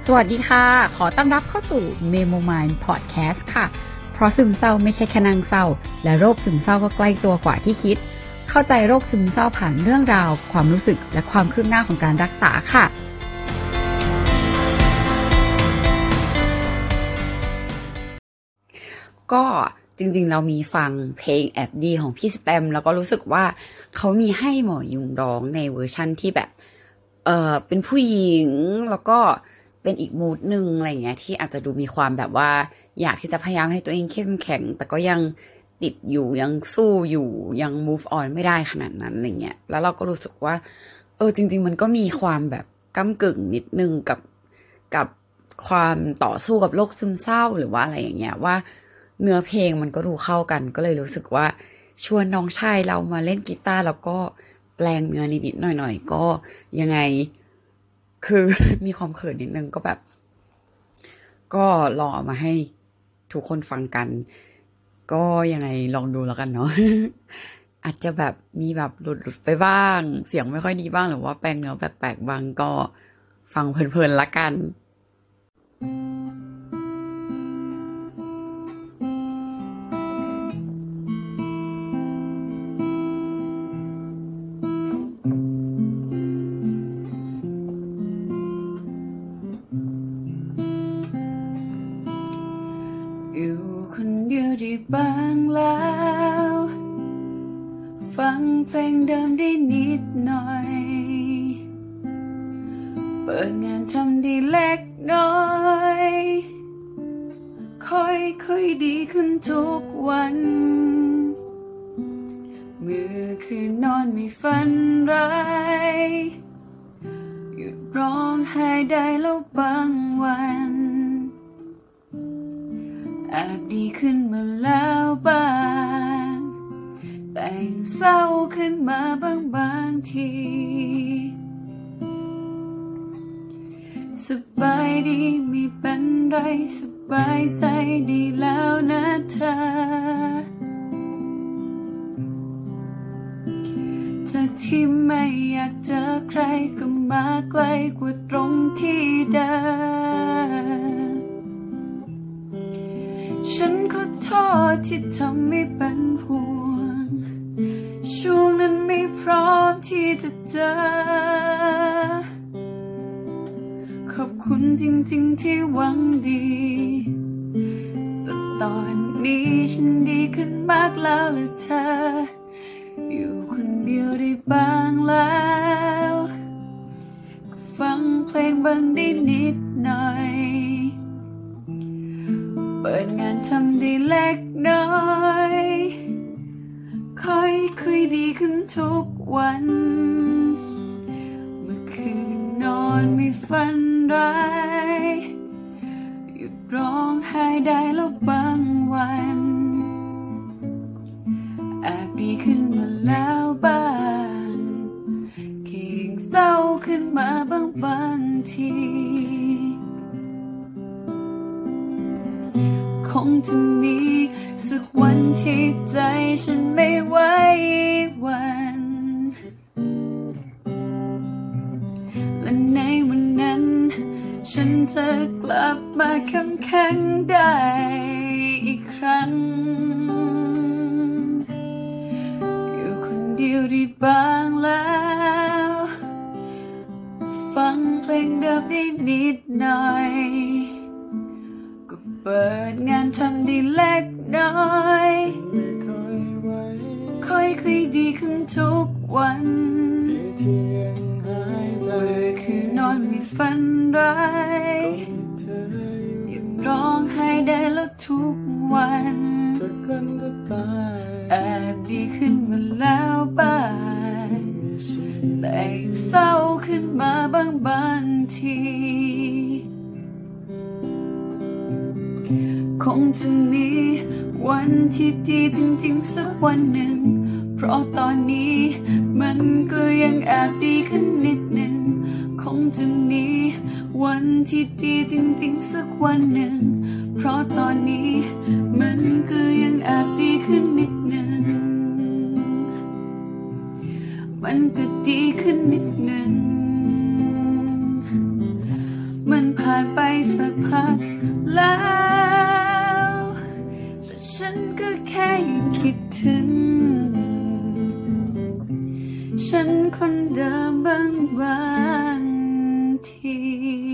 สวัสดีค่ะขอต้อนรับเข้าสู่ Memo Mind Podcast ค่ะเพราะซึมเศร้าไม่ใช่แค่นางเศร้าและโรคซึมเศร้าก็ใกล้ตัวกว่าที่คิดเข้าใจโรคซึมเศร้าผ่านเรื่องราวความรู้สึกและความคืบหน้าของการรักษาค่ะก็จริงๆเรามีฟังเพลงแอบดีของพี่สแตมแล้วก็รู้สึกว่าเขามีให้หมอยุงร้องในเวอร์ชั่นที่แบบเป็นผู้หญิงแล้วก็เป็นอีกมูดนึงอะไรเงี้ยที่อาจจะดูมีความแบบว่าอยากที่จะพยายามให้ตัวเองเข้มแข็งแต่ก็ยังติดอยู่ยังสู้อยู่ยัง move on ไม่ได้ขนาดนั้นอะไรเงี้ยแล้วเราก็รู้สึกว่าจริงๆมันก็มีความแบบก้ำกึ่งนิดนึงกับความต่อสู้กับโรคซึมเศร้าหรือว่าอะไรอย่างเงี้ยว่าเนื้อเพลงมันก็ดูเข้ากันก็เลยรู้สึกว่าชวนน้องชายเรามาเล่นกีตาร์แล้วก็แปลงเนื้อนิดๆหน่อยๆก็ยังไงคือมีความเขินนิดนึงก็แบบก็ลองเอามาให้ทุกคนฟังกันก็ยังไงลองดูแล้วกันเนาะ อาจจะแบบมีแบบหลุดไปบ้างเสียงไม่ค่อยดีบ้างหรือว่าแปลงเนื้อแปลกๆบ้างก็ฟังเพลินๆละกันอยู่คนเดียวได้บ้างแล้วฟังเพลงเดิมได้นิดหน่อยเปิดงานทำได้เล็กน้อยค่อยดีขึ้นทุกวันเมื่อคืนนอนไม่ฝันร้ายหยุดร้องไห้ได้แล้วบางวันแอบดีขึ้นมาแล้วบ้างแต่เศร้าขึ้นมาบางทีสบายดีไม่เป็นไรสบายใจดีแล้วนะเธอจากที่ไม่อยากเจอใครก็มาใกล้กว่าตรงที่เดิมฉันขอโทษที่ทำให้เป็นห่วงช่วงนั้นไม่พร้อมที่จะเจอขอบคุณจริงๆที่หวังดีแต่ตอนนี้ฉันดีขึ้นมากแล้วและเธออยู่คนเดียวได้บ้างแล้วฟังเพลงบ้างได้นิดหน่อยเปิดงานทำได้เล็กน้อยค่อยดีขึ้นทุกวันเมื่อคืนนอนไม่ฝันร้ายหยุดร้องไห้ได้แล้วบางวันแอบดีขึ้นมาแล้วบ้างเก่งเศร้าขึ้นมาบางทีคงจะมีสักวันที่ใจฉันไม่ไหววันและในวันนั้นฉันจะกลับมาเข้มแข็งได้อีกครั้งอยู่คนเดียวได้บ้างแล้วฟังเพลงเดิมได้นิดหน่อยเปิดงานทำได้เล็กน้อยค่อยดีขึ้นทุกวันเมื่อคืนนอนไม่ฝันร้ายหยุดร้องไห้ได้แล้วทุกวันแอบดีขึ้นมาแล้วบ้างแต่เศร้าขึ้นมาบางทีคงจะมีวันที่ดีจริงๆสักวันหนึ่งเพราะตอนนี้มันก็ยังแอบดีขึ้นนิดหนึ่งคงจะมีวันที่ดีจริงๆสักวันหนึ่งเพราะตอนนี้มันก็ยังแอบดีขึ้นนิดหนึ่งมันก็ดีขึ้นนิดหนึ่งมันผ่านานไปสักพักแล้วแต่ฉันก็แค่ยังคิดถึงฉันคนเดิมบางที